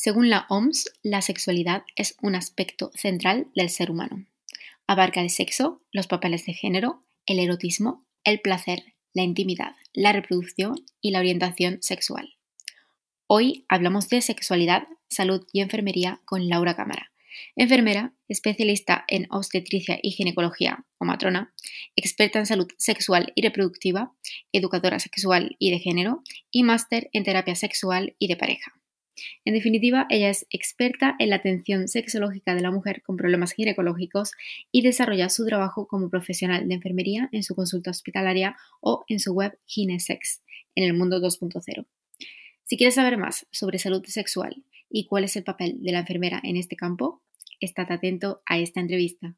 Según la OMS, la sexualidad es un aspecto central del ser humano. Abarca el sexo, los papeles de género, el erotismo, el placer, la intimidad, la reproducción y la orientación sexual. Hoy hablamos de sexualidad, salud y enfermería con Laura Cámara, enfermera, especialista en obstetricia y ginecología o matrona, experta en salud sexual y reproductiva, educadora sexual y de género y máster en terapia sexual y de pareja. En definitiva, ella es experta en la atención sexológica de la mujer con problemas ginecológicos y desarrolla su trabajo como profesional de enfermería en su consulta hospitalaria o en su web Ginesex, en el mundo 2.0. Si quieres saber más sobre salud sexual y cuál es el papel de la enfermera en este campo, estate atento a esta entrevista.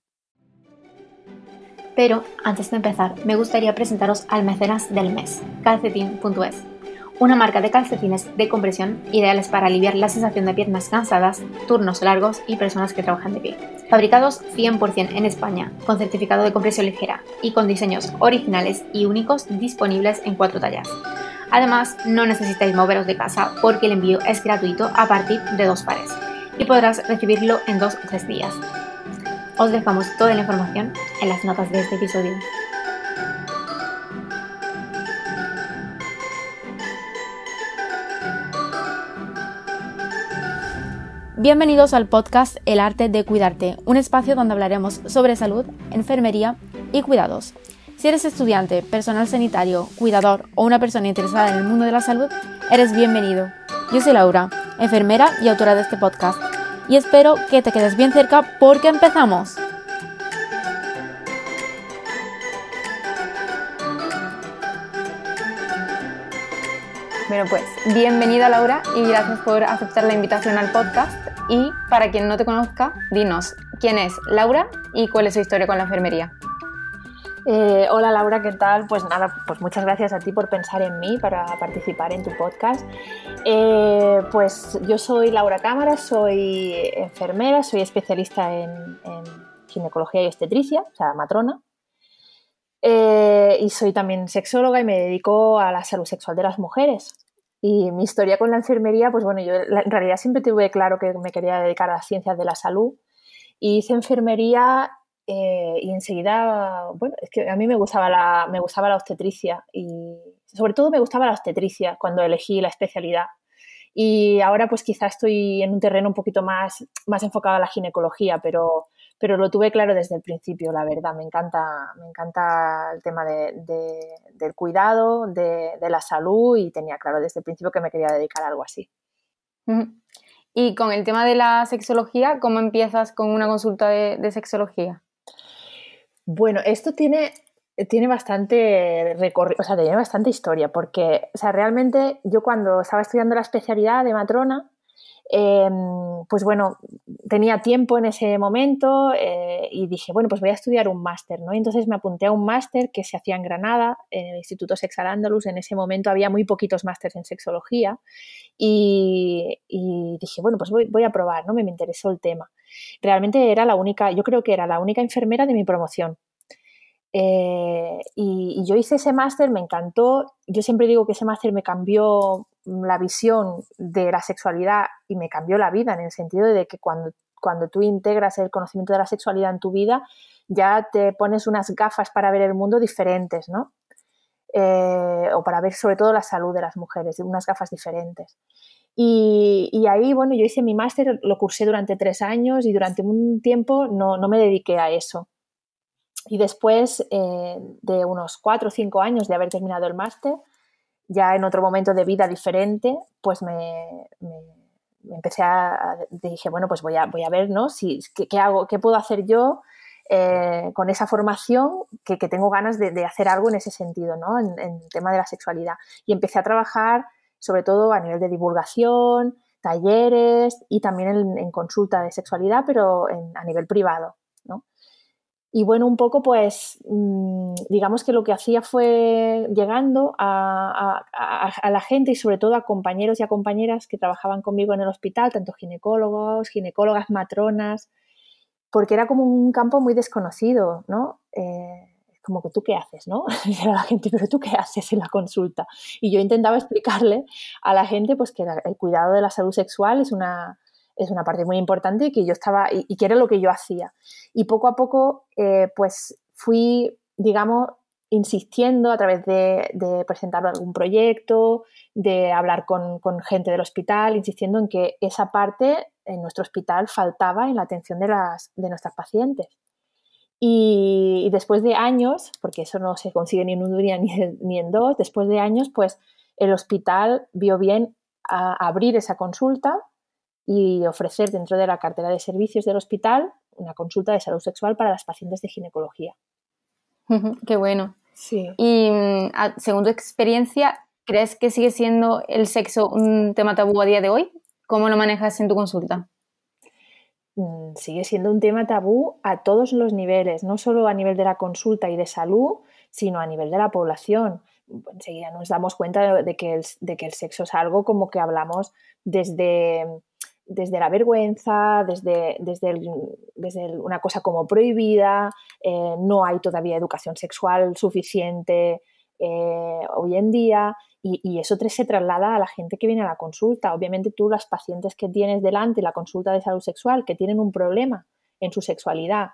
Pero antes de empezar, me gustaría presentaros al mecenas del mes, Calcetín.es. Una marca de calcetines de compresión ideales para aliviar la sensación de piernas cansadas, turnos largos y personas que trabajan de pie. Fabricados 100% en España, con certificado de compresión ligera y con diseños originales y únicos disponibles en 4 tallas. Además, no necesitáis moveros de casa porque el envío es gratuito a partir de 2 pares y podrás recibirlo en 2 o 3 días. Os dejamos toda la información en las notas de este episodio. Bienvenidos al podcast El arte de cuidarte, un espacio donde hablaremos sobre salud, enfermería y cuidados. Si eres estudiante, personal sanitario, cuidador o una persona interesada en el mundo de la salud, eres bienvenido. Yo soy Laura, enfermera y autora de este podcast, y espero que te quedes bien cerca porque empezamos. Bueno, pues bienvenida Laura y gracias por aceptar la invitación al podcast. Y para quien no te conozca, dinos quién es Laura y cuál es su historia con la enfermería. Hola Laura, ¿qué tal? Pues nada, pues muchas gracias a ti por pensar en mí para participar en tu podcast. Pues yo soy Laura Cámara, soy enfermera, soy especialista en ginecología y obstetricia, o sea, matrona. Y soy también sexóloga y me dedico a la salud sexual de las mujeres. Y mi historia con la enfermería, pues bueno, yo en realidad siempre tuve claro que me quería dedicar a las ciencias de la salud y hice enfermería y enseguida, bueno, es que a mí me gustaba la obstetricia y sobre todo me gustaba la obstetricia cuando elegí la especialidad. Y ahora pues quizá estoy en un terreno un poquito más enfocado a la ginecología, pero lo tuve claro desde el principio, la verdad. Me encanta el tema del cuidado, de la salud y tenía claro desde el principio que me quería dedicar a algo así. Y con el tema de la sexología, ¿cómo empiezas con una consulta de sexología? Bueno, esto tiene bastante recorrido, o sea, tiene bastante historia, porque, o sea, realmente yo cuando estaba estudiando la especialidad de matrona, pues bueno, tenía tiempo en ese momento y dije, bueno, pues voy a estudiar un máster, ¿no? Y entonces me apunté a un máster que se hacía en Granada, en el Instituto Sex Al-Ándalus. En ese momento había muy poquitos másters en sexología y dije, bueno, pues voy a probar, ¿no? Me interesó el tema. Realmente yo creo que era la única enfermera de mi promoción. Y yo hice ese máster, me encantó. Yo siempre digo que ese máster me cambió la visión de la sexualidad y me cambió la vida, en el sentido de que cuando tú integras el conocimiento de la sexualidad en tu vida, ya te pones unas gafas para ver el mundo diferentes, ¿no? O para ver sobre todo la salud de las mujeres, unas gafas diferentes. Y ahí, bueno, yo hice mi máster, lo cursé durante 3 años y durante un tiempo no me dediqué a eso. Y después de unos 4 o 5 años de haber terminado el máster, ya en otro momento de vida diferente, pues me empecé dije, bueno, pues voy a ver, ¿no? ¿Qué hago? ¿Qué puedo hacer yo con esa formación que tengo ganas de hacer algo en ese sentido, ¿no? En el tema de la sexualidad. Y empecé a trabajar sobre todo a nivel de divulgación, talleres y también en consulta de sexualidad, pero a nivel privado, ¿no? Y bueno, un poco pues digamos que lo que hacía fue llegando a la gente y sobre todo a compañeros y a compañeras que trabajaban conmigo en el hospital, tanto ginecólogos, ginecólogas, matronas, porque era como un campo muy desconocido, ¿no? como que tú qué haces, ¿no? Y a la gente, pero tú qué haces en la consulta. Y yo intentaba explicarle a la gente pues que el cuidado de la salud sexual es una parte muy importante y que yo estaba, y que era lo que yo hacía. Y poco a poco, pues fui, digamos, insistiendo a través de presentar algún proyecto, de hablar con gente del hospital, insistiendo en que esa parte en nuestro hospital faltaba en la atención de nuestras pacientes. Y después de años, porque eso no se consigue ni en un día ni en dos, después de años, pues el hospital vio bien abrir esa consulta y ofrecer dentro de la cartera de servicios del hospital una consulta de salud sexual para las pacientes de ginecología. Qué bueno. Sí. Y según tu experiencia, ¿crees que sigue siendo el sexo un tema tabú a día de hoy? ¿Cómo lo manejas en tu consulta? Sigue siendo un tema tabú a todos los niveles, no solo a nivel de la consulta y de salud, sino a nivel de la población. Enseguida nos damos cuenta de que el sexo es algo como que hablamos desde la vergüenza, desde una cosa como prohibida, no hay todavía educación sexual suficiente hoy en día. Y eso se traslada a la gente que viene a la consulta. Obviamente tú, las pacientes que tienes delante, la consulta de salud sexual, que tienen un problema en su sexualidad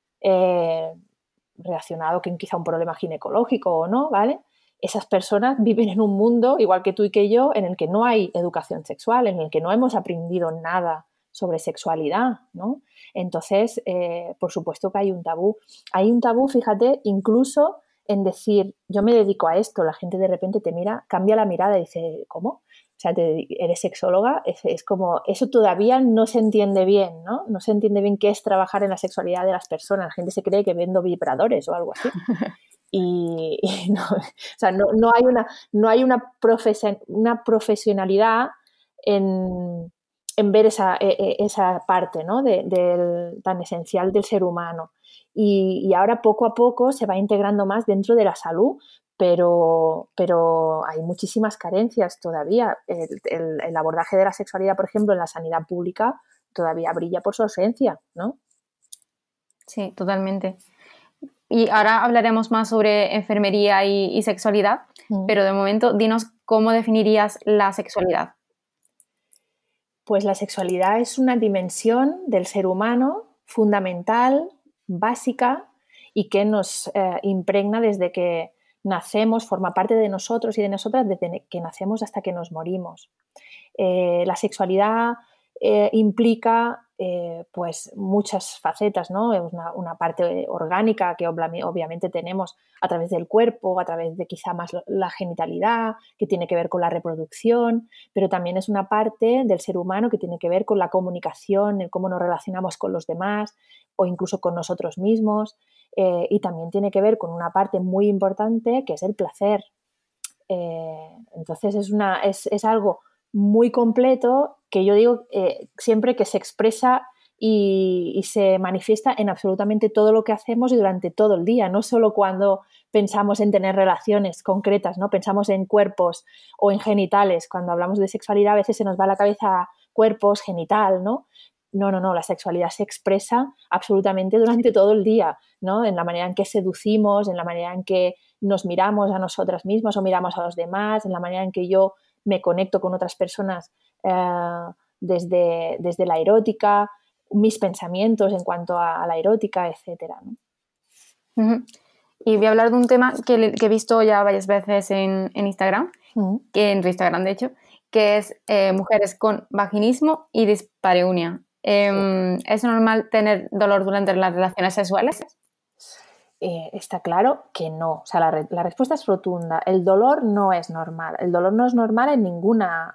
relacionado con quizá un problema ginecológico o no, ¿vale? Esas personas viven en un mundo, igual que tú y que yo, en el que no hay educación sexual, en el que no hemos aprendido nada sobre sexualidad, ¿no? Entonces, por supuesto que hay un tabú. Hay un tabú, fíjate, incluso en decir, yo me dedico a esto, la gente de repente te mira, cambia la mirada y dice, ¿cómo? O sea, eres sexóloga, es como, eso todavía no se entiende bien, ¿no? No se entiende bien qué es trabajar en la sexualidad de las personas. La gente se cree que vendo vibradores o algo así. Y no, o sea, no hay una profesionalidad en ver esa parte, ¿no? tan esencial del ser humano. Y ahora poco a poco se va integrando más dentro de la salud, pero hay muchísimas carencias todavía. El abordaje de la sexualidad, por ejemplo, en la sanidad pública todavía brilla por su ausencia, ¿no? Sí, totalmente. Y ahora hablaremos más sobre enfermería y sexualidad, pero de momento dinos cómo definirías la sexualidad. Pues la sexualidad es una dimensión del ser humano fundamental, básica y que nos impregna desde que nacemos, forma parte de nosotros y de nosotras desde que nacemos hasta que nos morimos. La sexualidad implica pues muchas facetas, ¿no? Es una parte orgánica que obviamente tenemos a través del cuerpo, a través de quizá más la genitalidad, que tiene que ver con la reproducción, pero también es una parte del ser humano que tiene que ver con la comunicación, en cómo nos relacionamos con los demás o incluso con nosotros mismos, y también tiene que ver con una parte muy importante que es el placer. Entonces es algo muy completo que yo digo siempre que se expresa y se manifiesta en absolutamente todo lo que hacemos y durante todo el día, no solo cuando pensamos en tener relaciones concretas, ¿no? Pensamos en cuerpos o en genitales. Cuando hablamos de sexualidad a veces se nos va a la cabeza cuerpos, genital, ¿no? No, la sexualidad se expresa absolutamente durante todo el día, ¿no? En la manera en que seducimos, en la manera en que nos miramos a nosotras mismas o miramos a los demás, en la manera en que yo me conecto con otras personas desde la erótica, mis pensamientos en cuanto a la erótica, etcétera, ¿no? Uh-huh. Y voy a hablar de un tema que he visto ya varias veces en Instagram, que en tu Instagram de hecho, que es mujeres con vaginismo y dispareunia. ¿Es normal tener dolor durante las relaciones sexuales? Está claro que no. O sea, la respuesta es rotunda. El dolor no es normal. El dolor no es normal en ninguna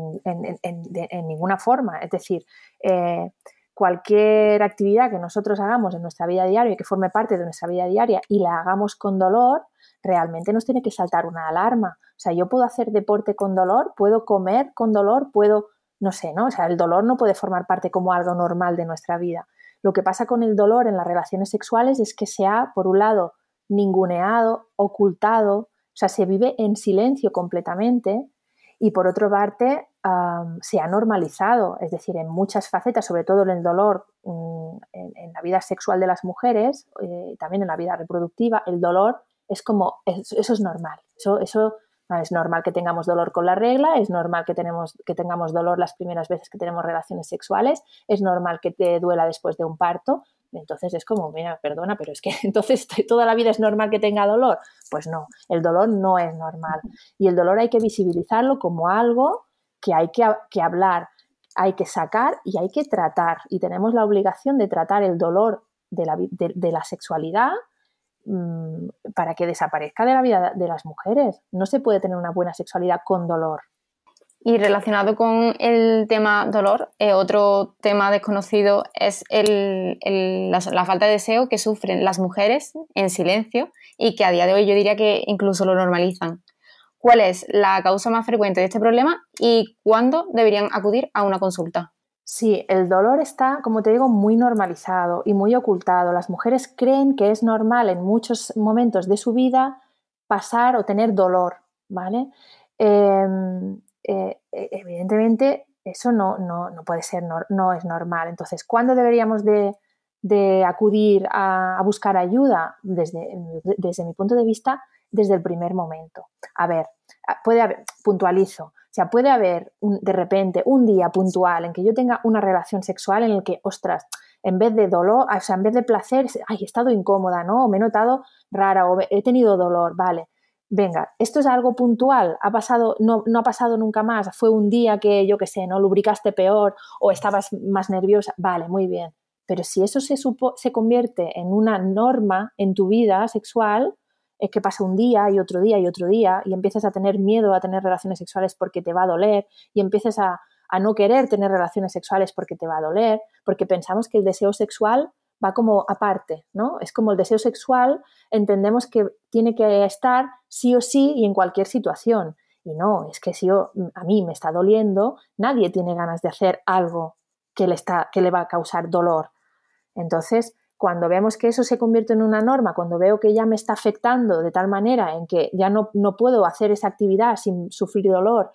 forma. Es decir, cualquier actividad que nosotros hagamos en nuestra vida diaria y que forme parte de nuestra vida diaria y la hagamos con dolor, realmente nos tiene que saltar una alarma. O sea, yo puedo hacer deporte con dolor, puedo comer con dolor, no sé, ¿no? O sea, el dolor no puede formar parte como algo normal de nuestra vida. Lo que pasa con el dolor en las relaciones sexuales es que se ha, por un lado, ninguneado, ocultado, o sea, se vive en silencio completamente y por otra parte se ha normalizado, es decir, en muchas facetas, sobre todo en el dolor en la vida sexual de las mujeres, también en la vida reproductiva, el dolor es como, eso es normal. Eso es normal que tengamos dolor con la regla, es normal que tengamos dolor las primeras veces que tenemos relaciones sexuales, es normal que te duela después de un parto. Entonces es como, mira, perdona, pero es que entonces toda la vida es normal que tenga dolor. Pues no, el dolor no es normal. Y el dolor hay que visibilizarlo como algo que hay que hablar, hay que sacar y hay que tratar. Y tenemos la obligación de tratar el dolor de la sexualidad para que desaparezca de la vida de las mujeres. No se puede tener una buena sexualidad con dolor. Y relacionado con el tema dolor, otro tema desconocido es la falta de deseo que sufren las mujeres en silencio y que a día de hoy yo diría que incluso lo normalizan. ¿Cuál es la causa más frecuente de este problema y cuándo deberían acudir a una consulta? Sí, el dolor está, como te digo, muy normalizado y muy ocultado. Las mujeres creen que es normal en muchos momentos de su vida pasar o tener dolor, ¿vale? Evidentemente eso no puede ser, no es normal. Entonces, ¿cuándo deberíamos de acudir a buscar ayuda? Desde mi punto de vista, desde el primer momento. A ver, puede haber, puntualizo, o sea, puede haber de repente un día puntual en que yo tenga una relación sexual en el que, ostras, en vez de dolor, o sea, en vez de placer, ay, he estado incómoda, ¿no? O me he notado rara o he tenido dolor, vale. Venga, esto es algo puntual, ha pasado, no ha pasado nunca más, fue un día que, yo qué sé, no lubricaste peor o estabas más nerviosa, vale, muy bien. Pero si eso se convierte en una norma en tu vida sexual, es que pasa un día y otro día y otro día y empiezas a tener miedo a tener relaciones sexuales porque te va a doler y empiezas a no querer tener relaciones sexuales porque te va a doler, porque pensamos que el deseo sexual va como aparte, ¿no? Es como el deseo sexual, entendemos que tiene que estar sí o sí y en cualquier situación. Y no, es que si a mí me está doliendo, nadie tiene ganas de hacer algo que le va a causar dolor. Entonces, cuando vemos que eso se convierte en una norma, cuando veo que ya me está afectando de tal manera en que ya no puedo hacer esa actividad sin sufrir dolor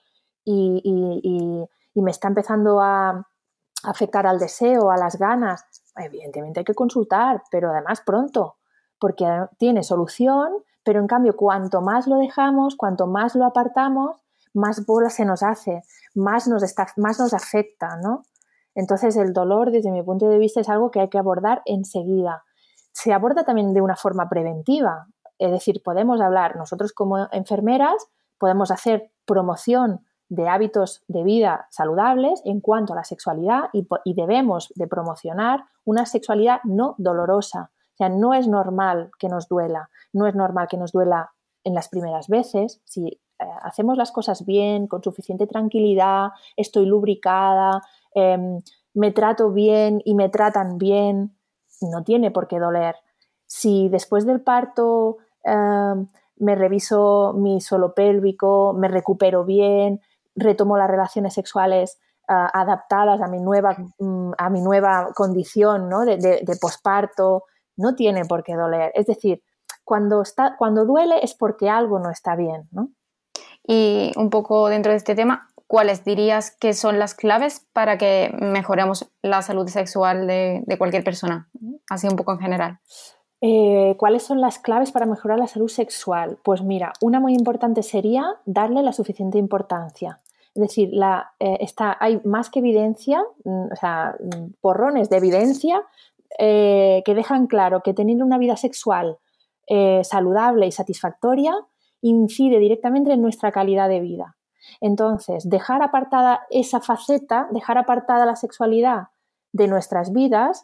y me está empezando a afectar al deseo, a las ganas, evidentemente hay que consultar, pero además pronto, porque tiene solución, pero en cambio cuanto más lo dejamos, cuanto más lo apartamos, más bola se nos hace, más nos afecta, ¿no? Entonces el dolor, desde mi punto de vista, es algo que hay que abordar enseguida. Se aborda también de una forma preventiva, es decir, podemos hablar, nosotros como enfermeras, podemos hacer promoción de hábitos de vida saludables en cuanto a la sexualidad y debemos de promocionar una sexualidad no dolorosa. O sea, no es normal que nos duela, no es normal que nos duela en las primeras veces. Si hacemos las cosas bien, con suficiente tranquilidad, estoy lubricada, me trato bien y me tratan bien, no tiene por qué doler. Si después del parto me reviso mi suelo pélvico, me recupero bien, retomo las relaciones sexuales adaptadas a mi nueva condición, ¿no? de posparto, no tiene por qué doler. Es decir, cuando duele es porque algo no está bien, ¿no? Y un poco dentro de este tema, ¿cuáles dirías que son las claves para que mejoremos la salud sexual de cualquier persona? Así un poco en general. ¿Cuáles son las claves para mejorar la salud sexual? Pues mira, una muy importante sería darle la suficiente importancia. Es decir, hay más que evidencia, o sea, porrones de evidencia que dejan claro que tener una vida sexual saludable y satisfactoria incide directamente en nuestra calidad de vida. Entonces, dejar apartada esa faceta, dejar apartada la sexualidad de nuestras vidas,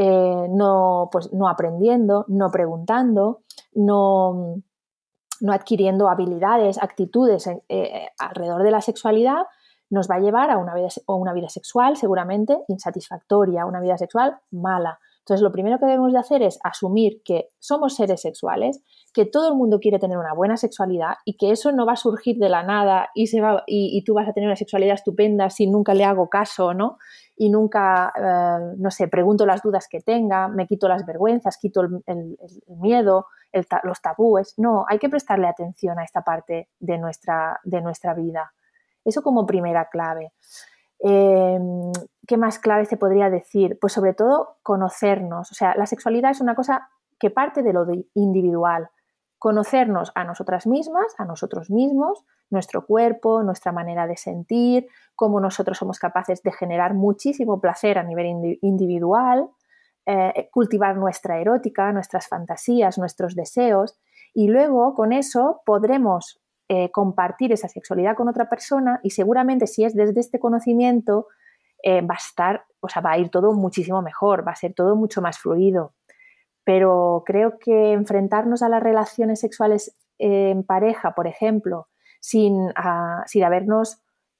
no aprendiendo, no preguntando, no adquiriendo habilidades, actitudes alrededor de la sexualidad, nos va a llevar a una vida sexual seguramente insatisfactoria, una vida sexual mala. Entonces, lo primero que debemos de hacer es asumir que somos seres sexuales, que todo el mundo quiere tener una buena sexualidad y que eso no va a surgir de la nada y tú vas a tener una sexualidad estupenda si nunca le hago caso, ¿no? Y nunca, pregunto las dudas que tenga, me quito las vergüenzas, quito el miedo, los tabúes. No, hay que prestarle atención a esta parte de nuestra vida. Eso como primera clave. ¿Qué más claves te podría decir? Pues sobre todo conocernos. O sea, la sexualidad es una cosa que parte de lo individual. Conocernos a nosotras mismas, a nosotros mismos, nuestro cuerpo, nuestra manera de sentir, cómo nosotros somos capaces de generar muchísimo placer a nivel individual, cultivar nuestra erótica, nuestras fantasías, nuestros deseos, y luego con eso podremos compartir esa sexualidad con otra persona, y seguramente si es desde este conocimiento va a ir todo muchísimo mejor, va a ser todo mucho más fluido. Pero creo que enfrentarnos a las relaciones sexuales en pareja, por ejemplo, sin habernos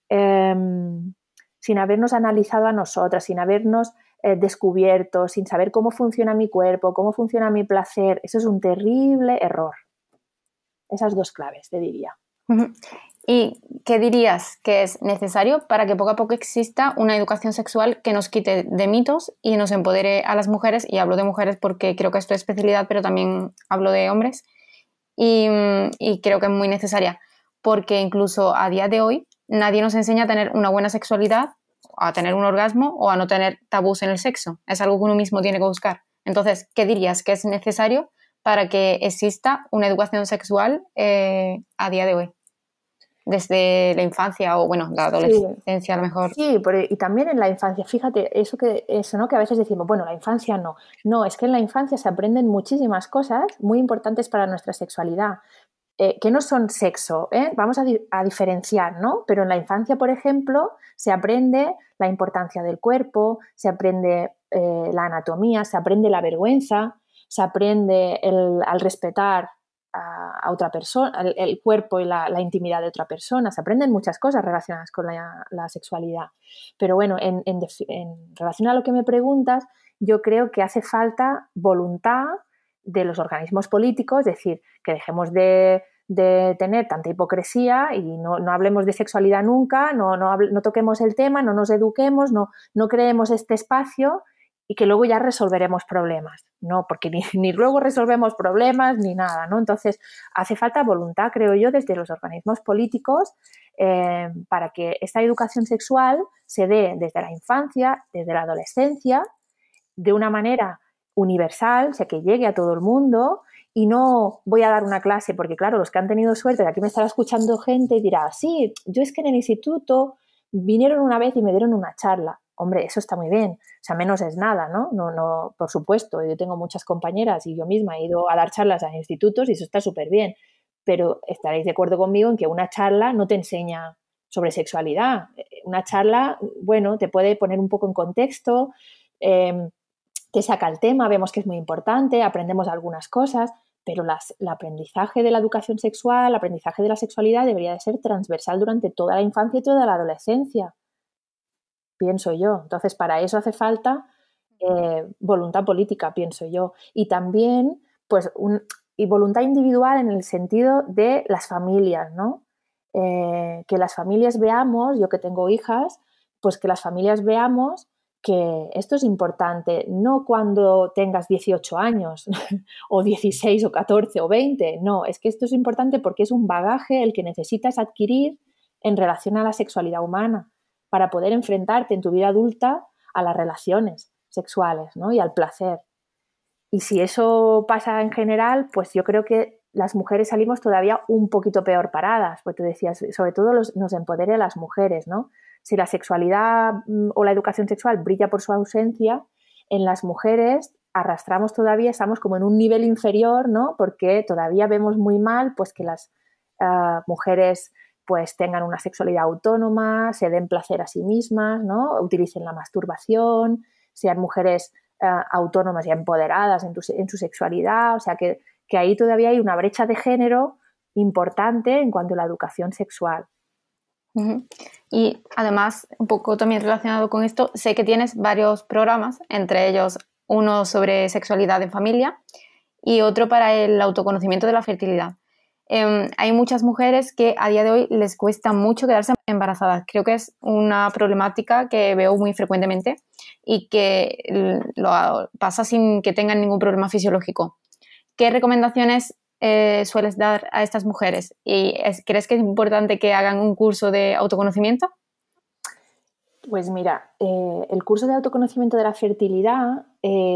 analizado a nosotras, sin habernos descubierto, sin saber cómo funciona mi cuerpo, cómo funciona mi placer, eso es un terrible error. Esas dos claves, te diría. ¿Y qué dirías que es necesario para que poco a poco exista una educación sexual que nos quite de mitos y nos empodere a las mujeres? Y hablo de mujeres porque creo que es tu especialidad, pero también hablo de hombres. Y creo que es muy necesaria, porque incluso a día de hoy nadie nos enseña a tener una buena sexualidad, a tener un orgasmo o a no tener tabús en el sexo. Es algo que uno mismo tiene que buscar. Entonces, ¿qué dirías que es necesario para que exista una educación sexual a día de hoy? Desde la infancia o, bueno, la adolescencia, sí, a lo mejor. Sí, y también en la infancia. Fíjate, eso, ¿no? Que a veces decimos, bueno, la infancia no. No, es que en la infancia se aprenden muchísimas cosas muy importantes para nuestra sexualidad, que no son sexo, vamos a diferenciar, ¿no? Pero en la infancia, por ejemplo, se aprende la importancia del cuerpo, se aprende la anatomía, se aprende la vergüenza, se aprende al respetar a otra persona, el cuerpo y la intimidad de otra persona. Se aprenden muchas cosas relacionadas con la sexualidad. Pero bueno, en relación a lo que me preguntas, yo creo que hace falta voluntad de los organismos políticos, es decir, que dejemos de tener tanta hipocresía y no hablemos de sexualidad nunca, no toquemos el tema, no nos eduquemos, no creemos este espacio y que luego ya resolveremos problemas, ¿no? Porque ni luego resolvemos problemas ni nada, ¿no? Entonces, hace falta voluntad, creo yo, desde los organismos políticos para que esta educación sexual se dé desde la infancia, desde la adolescencia, de una manera universal, o sea, que llegue a todo el mundo. Y no voy a dar una clase, porque claro, los que han tenido suerte, de aquí me estará escuchando gente y dirá, sí, yo es que en el instituto vinieron una vez y me dieron una charla. Hombre, eso está muy bien, o sea, menos es nada, ¿no? No, por supuesto, yo tengo muchas compañeras y yo misma he ido a dar charlas a institutos y eso está súper bien, pero estaréis de acuerdo conmigo en que una charla no te enseña sobre sexualidad. Una charla, bueno, te puede poner un poco en contexto, te saca el tema, vemos que es muy importante, aprendemos algunas cosas, pero el aprendizaje de la educación sexual, el aprendizaje de la sexualidad debería de ser transversal durante toda la infancia y toda la adolescencia, pienso yo. Entonces, para eso hace falta voluntad política, pienso yo. Y también, pues, y voluntad individual en el sentido de las familias, ¿no? Que las familias veamos, yo que tengo hijas, pues que las familias veamos que esto es importante, no cuando tengas 18 años o 16 o 14 o 20, no, es que esto es importante porque es un bagaje el que necesitas adquirir en relación a la sexualidad humana para poder enfrentarte en tu vida adulta a las relaciones sexuales, ¿no? Y al placer. Y si eso pasa en general, pues yo creo que las mujeres salimos todavía un poquito peor paradas, porque tú decías, sobre todo nos empodera a las mujeres, ¿no? Si la sexualidad o la educación sexual brilla por su ausencia, en las mujeres arrastramos todavía, estamos como en un nivel inferior, ¿no? Porque todavía vemos muy mal pues que las mujeres pues tengan una sexualidad autónoma, se den placer a sí mismas, ¿no? Utilicen la masturbación, sean mujeres autónomas y empoderadas en su sexualidad, o sea que ahí todavía hay una brecha de género importante en cuanto a la educación sexual. Uh-huh. Y además, un poco también relacionado con esto, sé que tienes varios programas, entre ellos uno sobre sexualidad en familia y otro para el autoconocimiento de la fertilidad. Hay muchas mujeres que a día de hoy les cuesta mucho quedarse embarazadas. Creo que es una problemática que veo muy frecuentemente y que lo pasa sin que tengan ningún problema fisiológico. ¿Qué recomendaciones sueles dar a estas mujeres? ¿Y crees que es importante que hagan un curso de autoconocimiento? Pues mira, el curso de autoconocimiento de la fertilidad,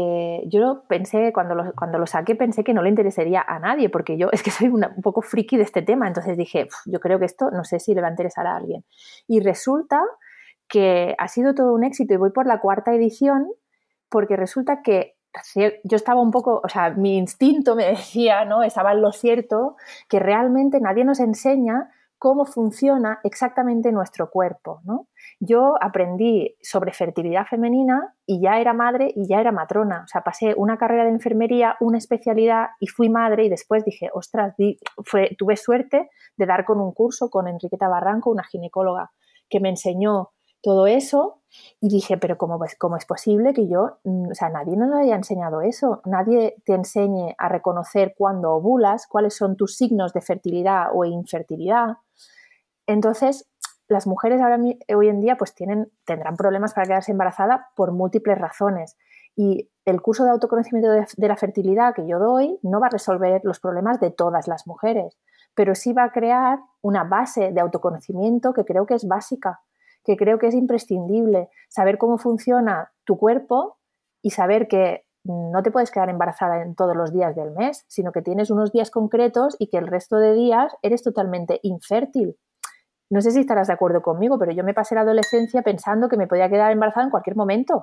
yo pensé, cuando lo saqué, pensé que no le interesaría a nadie, porque yo es que soy un poco friki de este tema, entonces dije, yo creo que esto no sé si le va a interesar a alguien. Y resulta que ha sido todo un éxito y voy por la 4ª edición, porque resulta que yo estaba un poco, o sea, mi instinto me decía, ¿no? Estaba en lo cierto, que realmente nadie nos enseña cómo funciona exactamente nuestro cuerpo, ¿no? Yo aprendí sobre fertilidad femenina y ya era madre y ya era matrona. O sea, pasé una carrera de enfermería, una especialidad y fui madre y después dije, ostras, tuve suerte de dar con un curso con Enriqueta Barranco, una ginecóloga, que me enseñó todo eso y dije, pero ¿cómo es posible que yo, o sea, nadie nos haya enseñado eso? Nadie te enseñe a reconocer cuándo ovulas, cuáles son tus signos de fertilidad o infertilidad. Entonces, las mujeres hoy en día pues tendrán problemas para quedarse embarazadas por múltiples razones y el curso de autoconocimiento de la fertilidad que yo doy no va a resolver los problemas de todas las mujeres, pero sí va a crear una base de autoconocimiento que creo que es básica, que creo que es imprescindible, saber cómo funciona tu cuerpo y saber que no te puedes quedar embarazada en todos los días del mes, sino que tienes unos días concretos y que el resto de días eres totalmente infértil. No sé si estarás de acuerdo conmigo, pero yo me pasé la adolescencia pensando que me podía quedar embarazada en cualquier momento.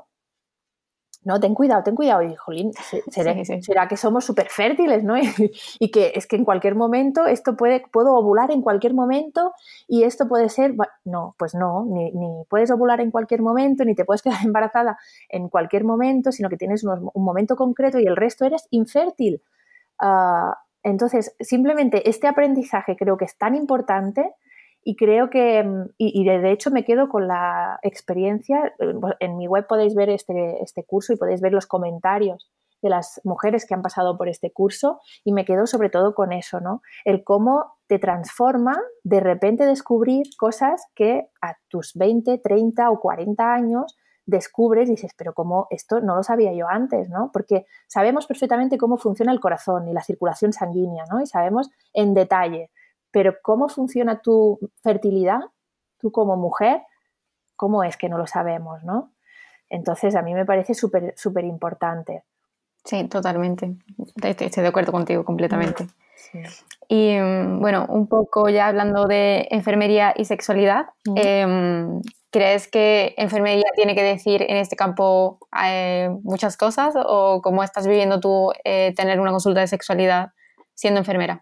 No, ten cuidado. Y, jolín, será que somos súper fértiles, ¿no? Y que es que en cualquier momento puedo ovular en cualquier momento y esto puede ser... No, pues no, ni puedes ovular en cualquier momento, ni te puedes quedar embarazada en cualquier momento, sino que tienes un momento concreto y el resto eres infértil. Entonces, simplemente este aprendizaje creo que es tan importante. Y creo que, y de hecho me quedo con la experiencia, en mi web podéis ver este curso y podéis ver los comentarios de las mujeres que han pasado por este curso y me quedo sobre todo con eso, ¿no? El cómo te transforma de repente descubrir cosas que a tus 20, 30 o 40 años descubres y dices, pero cómo esto no lo sabía yo antes, ¿no? Porque sabemos perfectamente cómo funciona el corazón y la circulación sanguínea, ¿no? Y sabemos en detalle. Pero cómo funciona tu fertilidad, tú como mujer, cómo es que no lo sabemos, ¿no? Entonces a mí me parece súper importante. Sí, totalmente. Estoy de acuerdo contigo completamente. Sí. Y bueno, un poco ya hablando de enfermería y sexualidad, ¿crees que enfermería tiene que decir en este campo muchas cosas o cómo estás viviendo tú tener una consulta de sexualidad siendo enfermera?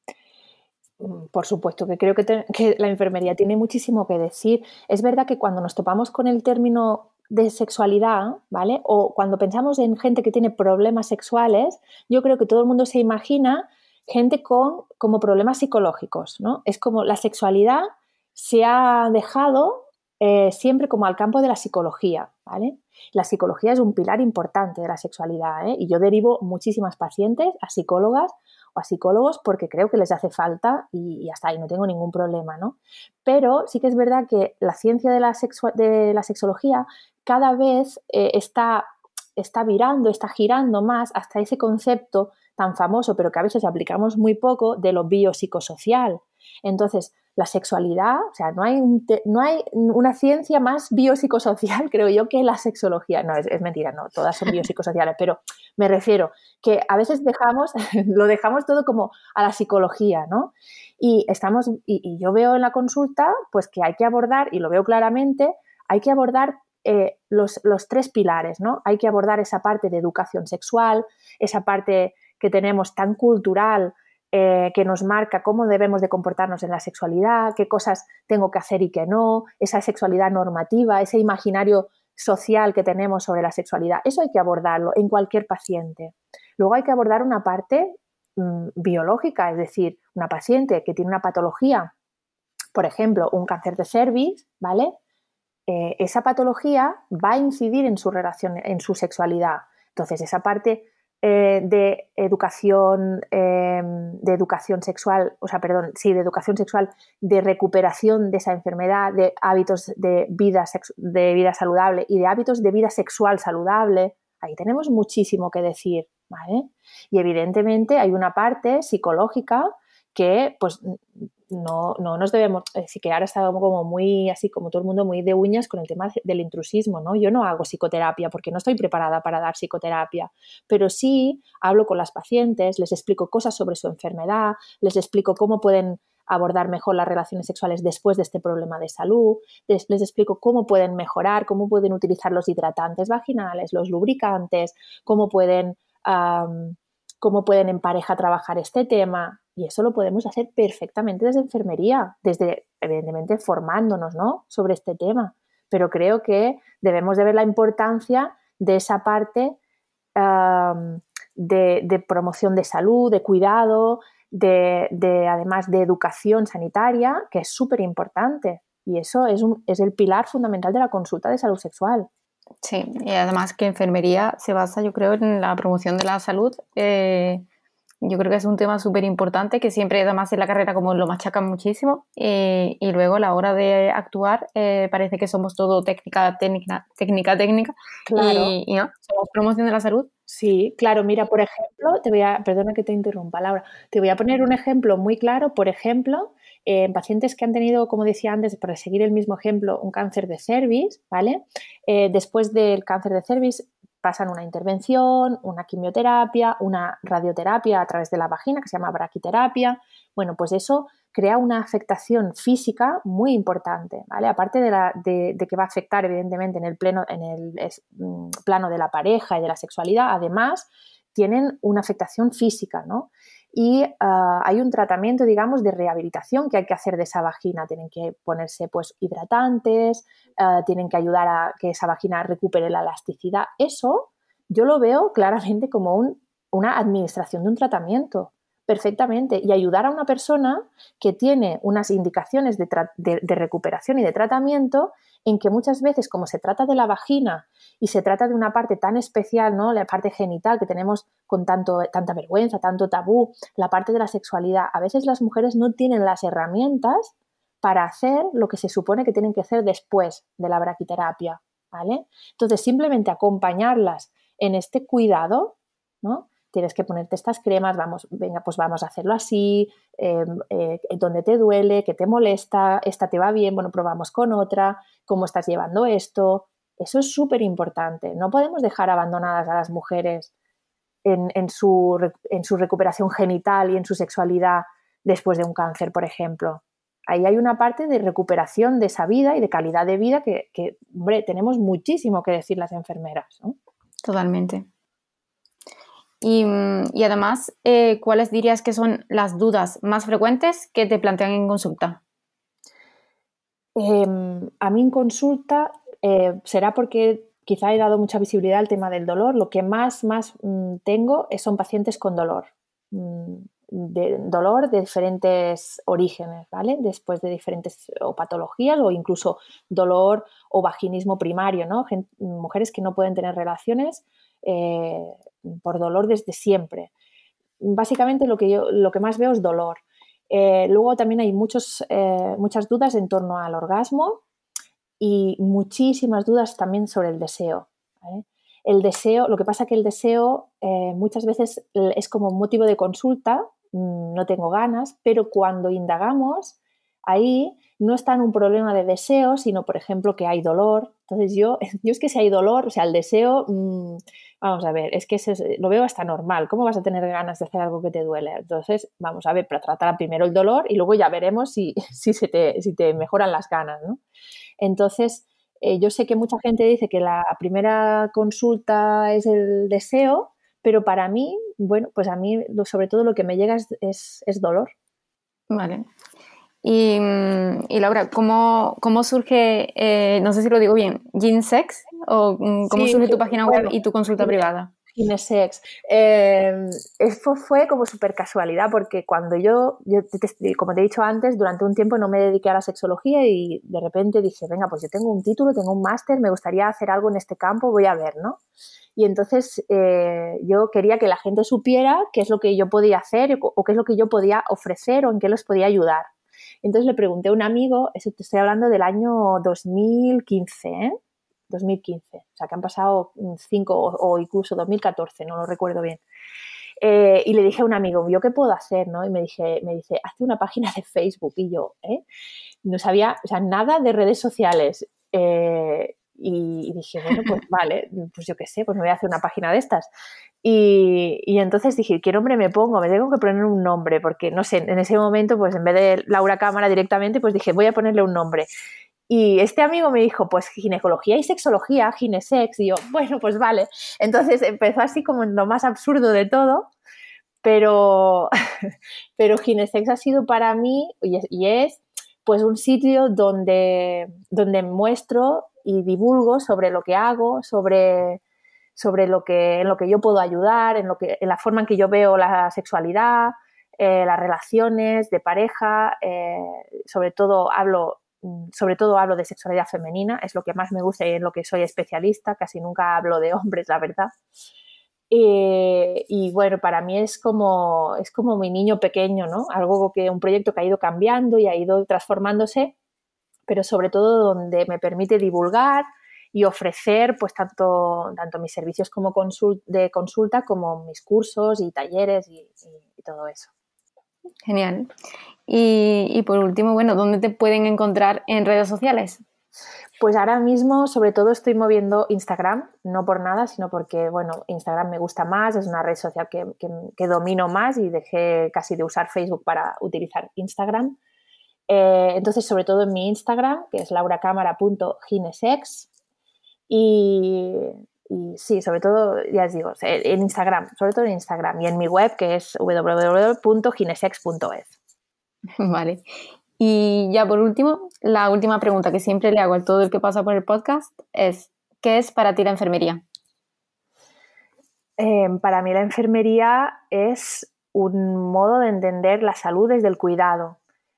Por supuesto que creo que la enfermería tiene muchísimo que decir. Es verdad que cuando nos topamos con el término de sexualidad, ¿vale? O cuando pensamos en gente que tiene problemas sexuales, yo creo que todo el mundo se imagina gente como problemas psicológicos, ¿no? Es como la sexualidad se ha dejado siempre como al campo de la psicología, ¿vale? La psicología es un pilar importante de la sexualidad, ¿eh? Y yo derivo muchísimas pacientes a psicólogas o a psicólogos porque creo que les hace falta y ya está, y no tengo ningún problema, ¿no? Pero sí que es verdad que la ciencia de la sexología cada vez está virando, está girando más hasta ese concepto tan famoso, pero que a veces aplicamos muy poco, de lo biopsicosocial. Entonces, la sexualidad, o sea, no hay una ciencia más biopsicosocial, creo yo, que la sexología. No, es mentira, no, todas son biopsicosociales, pero me refiero que a veces lo dejamos todo como a la psicología, ¿no? Y yo veo en la consulta, pues que hay que abordar, y lo veo claramente, hay que abordar los 3 pilares, ¿no? Hay que abordar esa parte de educación sexual, esa parte que tenemos tan cultural, que nos marca cómo debemos de comportarnos en la sexualidad, qué cosas tengo que hacer y qué no, esa sexualidad normativa, ese imaginario social que tenemos sobre la sexualidad. Eso hay que abordarlo en cualquier paciente. Luego hay que abordar una parte biológica, es decir, una paciente que tiene una patología, por ejemplo, un cáncer de cervix, ¿vale? Esa patología va a incidir en su relación, en su sexualidad. Entonces, esa parte de educación sexual, de educación sexual, de recuperación de esa enfermedad, de hábitos de vida saludable y de hábitos de vida sexual saludable, ahí tenemos muchísimo que decir, ¿vale? Y evidentemente hay una parte psicológica que, pues, no nos debemos, es decir, que ahora está como muy, así como todo el mundo, muy de uñas con el tema del intrusismo, ¿no? Yo no hago psicoterapia porque no estoy preparada para dar psicoterapia, pero sí hablo con las pacientes, les explico cosas sobre su enfermedad, les explico cómo pueden abordar mejor las relaciones sexuales después de este problema de salud, les explico cómo pueden mejorar, cómo pueden utilizar los hidratantes vaginales, los lubricantes, cómo pueden en pareja trabajar este tema, y eso lo podemos hacer perfectamente desde enfermería, desde, evidentemente, formándonos, ¿no?, sobre este tema. Pero creo que debemos de ver la importancia de esa parte de promoción de salud, de cuidado, además de educación sanitaria, que es súper importante. Y eso es el pilar fundamental de la consulta de salud sexual. Sí, y además que enfermería se basa, yo creo, en la promoción de la salud. Yo creo que es un tema súper importante que siempre, además en la carrera, como lo machacan muchísimo, y luego a la hora de actuar parece que somos todo técnica, Claro. y no, somos promoción de la salud. Sí, claro, mira, por ejemplo, perdona que te interrumpa, Laura, te voy a poner un ejemplo muy claro, por ejemplo, en pacientes que han tenido, como decía antes, para seguir el mismo ejemplo, un cáncer de cervix, ¿vale? Después del cáncer de cervix pasan una intervención, una quimioterapia, una radioterapia a través de la vagina, que se llama braquiterapia. Bueno, pues eso crea una afectación física muy importante, ¿vale? Aparte de que va a afectar, evidentemente, en el plano de la pareja y de la sexualidad, además tienen una afectación física, ¿no? Y hay un tratamiento, digamos, de rehabilitación que hay que hacer de esa vagina. Tienen que ponerse, pues, hidratantes, tienen que ayudar a que esa vagina recupere la elasticidad. Eso yo lo veo claramente como una administración de un tratamiento, perfectamente. Y ayudar a una persona que tiene unas indicaciones de recuperación y de tratamiento, en que muchas veces, como se trata de la vagina y se trata de una parte tan especial, ¿no?, la parte genital que tenemos con tanta vergüenza, tanto tabú, la parte de la sexualidad, a veces las mujeres no tienen las herramientas para hacer lo que se supone que tienen que hacer después de la braquiterapia, ¿vale? Entonces, simplemente acompañarlas en este cuidado, ¿no? Tienes que ponerte estas cremas, pues vamos a hacerlo así, donde te duele, qué te molesta, esta te va bien, bueno, probamos con otra, cómo estás llevando esto. Eso es súper importante. No podemos dejar abandonadas a las mujeres en su recuperación genital y en su sexualidad después de un cáncer, por ejemplo. Ahí hay una parte de recuperación de esa vida y de calidad de vida que hombre, tenemos muchísimo que decir las enfermeras, ¿no? Totalmente. Y además, ¿cuáles dirías que son las dudas más frecuentes que te plantean en consulta? A mí en consulta será porque quizá he dado mucha visibilidad al tema del dolor. Lo que más tengo son pacientes con dolor. Dolor de diferentes orígenes, ¿vale? Después de diferentes o patologías o incluso dolor o vaginismo primario, ¿no? Mujeres que no pueden tener relaciones por dolor desde siempre. Básicamente lo que más veo es dolor. Luego también hay muchas dudas en torno al orgasmo y muchísimas dudas también sobre el deseo, ¿vale? El deseo, lo que pasa que el deseo muchas veces es como un motivo de consulta, no tengo ganas, pero cuando indagamos, ahí no está en un problema de deseo, sino, por ejemplo, que hay dolor. Entonces yo es que si hay dolor, o sea, el deseo, vamos a ver, es que lo veo hasta normal. ¿Cómo vas a tener ganas de hacer algo que te duele? Entonces, vamos a ver, para tratar primero el dolor y luego ya veremos si te mejoran las ganas, ¿no? Entonces, yo sé que mucha gente dice que la primera consulta es el deseo, pero para mí, bueno, pues a mí sobre todo lo que me llega es dolor. Vale. Y Laura, ¿cómo surge, no sé si lo digo bien, Ginesex? ¿O cómo surge tu página web y tu consulta privada? Ginesex. Esto fue como súper casualidad porque cuando yo, como te he dicho antes, durante un tiempo no me dediqué a la sexología y de repente dije, venga, pues yo tengo un título, tengo un máster, me gustaría hacer algo en este campo, voy a ver, ¿no? Y entonces yo quería que la gente supiera qué es lo que yo podía hacer o qué es lo que yo podía ofrecer o en qué los podía ayudar. Entonces le pregunté a un amigo, eso te estoy hablando del año 2015, ¿eh? 2015, o sea que han pasado 5 o incluso 2014, no lo recuerdo bien. Y le dije a un amigo, ¿yo qué puedo hacer? ¿No? Y me dice, hazte una página de Facebook. Y yo, no sabía, o sea, nada de redes sociales. Y dije, bueno, pues vale, pues yo qué sé, pues me voy a hacer una página de estas. Y entonces dije, ¿qué nombre me pongo? Me tengo que poner un nombre, porque no sé, en ese momento, pues en vez de Laura Cámara directamente, pues dije, voy a ponerle un nombre. Y este amigo me dijo, pues ginecología y sexología, ginesex. Y yo, bueno, pues vale. Entonces empezó así como en lo más absurdo de todo, pero ginesex ha sido para mí, y es pues un sitio donde muestro y divulgo sobre lo que hago, sobre en lo que yo puedo ayudar, en la forma en que yo veo la sexualidad, las relaciones de pareja, sobre todo hablo de sexualidad femenina, es lo que más me gusta y en lo que soy especialista, casi nunca hablo de hombres, la verdad. Y bueno, para mí es como mi niño pequeño, ¿no? Un proyecto que ha ido cambiando y ha ido transformándose, pero sobre todo donde me permite divulgar y ofrecer pues tanto mis servicios como de consulta como mis cursos y talleres y todo eso. Genial. Y por último, bueno, ¿dónde te pueden encontrar en redes sociales? Pues ahora mismo, sobre todo, estoy moviendo Instagram, no por nada, sino porque, bueno, Instagram me gusta más, es una red social que domino más y dejé casi de usar Facebook para utilizar Instagram. Entonces, sobre todo en mi Instagram, que es lauracamara.ginesex. Y sí, sobre todo, ya os digo, en Instagram, sobre todo en Instagram y en mi web, que es www.ginesex.es. Vale. Y ya por último, la última pregunta que siempre le hago a todo el que pasa por el podcast es, ¿qué es para ti la enfermería? Para mí la enfermería es un modo de entender la salud desde el cuidado.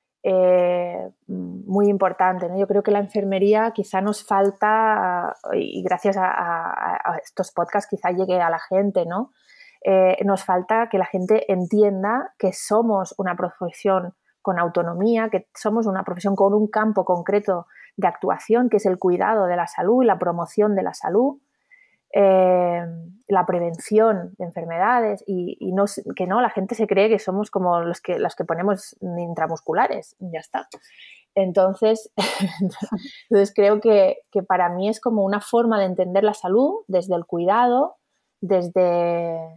Muy importante, ¿no? Yo creo que la enfermería quizá nos falta, y gracias a estos podcasts quizá llegue a la gente, ¿no? Nos falta que la gente entienda que somos una profesión con autonomía, que somos una profesión con un campo concreto de actuación, que es el cuidado de la salud y la promoción de la salud, la prevención de enfermedades y que no, la gente se cree que somos como los que ponemos intramusculares, ya está. Entonces creo que para mí es como una forma de entender la salud desde el cuidado, desde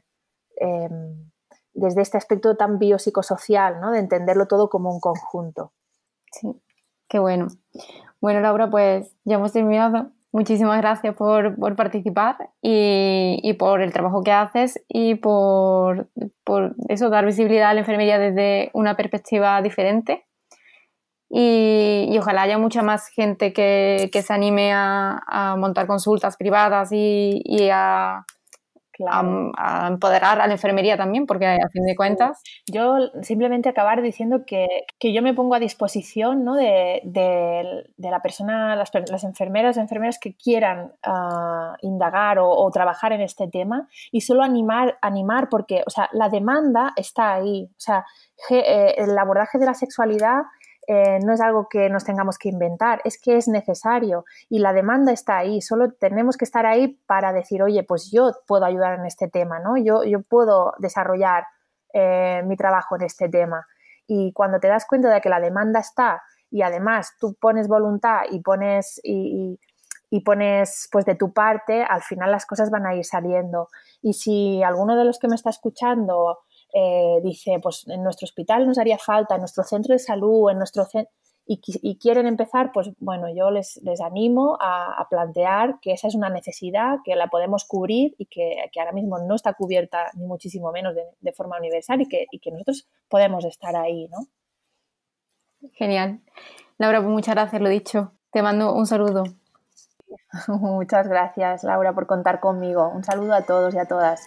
este aspecto tan biopsicosocial, ¿no? De entenderlo todo como un conjunto. Sí, qué bueno. Bueno, Laura, pues ya hemos terminado. Muchísimas gracias por participar y por el trabajo que haces y por eso, dar visibilidad a la enfermería desde una perspectiva diferente. Y ojalá haya mucha más gente que se anime a montar consultas privadas y a empoderar a la enfermería también, porque a fin de cuentas... Yo simplemente acabar diciendo que yo me pongo a disposición, ¿no? de la persona, las enfermeras que quieran indagar o trabajar en este tema, y solo animar porque, o sea, la demanda está ahí. O sea, el abordaje de la sexualidad no es algo que nos tengamos que inventar, es que es necesario y la demanda está ahí, solo tenemos que estar ahí para decir, oye, pues yo puedo ayudar en este tema, ¿no? Yo puedo desarrollar mi trabajo en este tema. Y cuando te das cuenta de que la demanda está y además tú pones voluntad y pones pues de tu parte, al final las cosas van a ir saliendo. Y si alguno de los que me está escuchando dice, pues en nuestro hospital nos haría falta, en nuestro centro de salud, y quieren empezar, pues bueno, yo les animo a plantear que esa es una necesidad, que la podemos cubrir y que ahora mismo no está cubierta ni muchísimo menos de forma universal y que nosotros podemos estar ahí, ¿no? Genial. Laura, pues muchas gracias, lo dicho. Te mando un saludo. Muchas gracias, Laura, por contar conmigo. Un saludo a todos y a todas.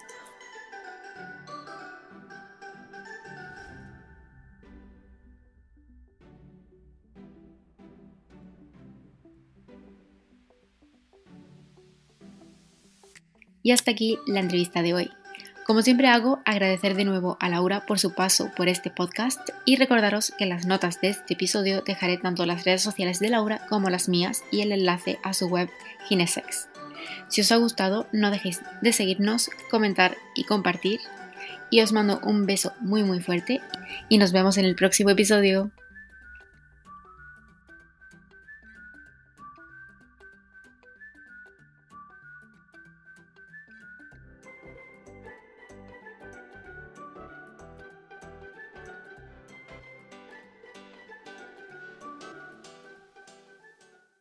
Y hasta aquí la entrevista de hoy. Como siempre hago, agradecer de nuevo a Laura por su paso por este podcast y recordaros que en las notas de este episodio dejaré tanto las redes sociales de Laura como las mías y el enlace a su web Ginesex. Si os ha gustado, no dejéis de seguirnos, comentar y compartir. y os mando un beso muy muy fuerte y nos vemos en el próximo episodio.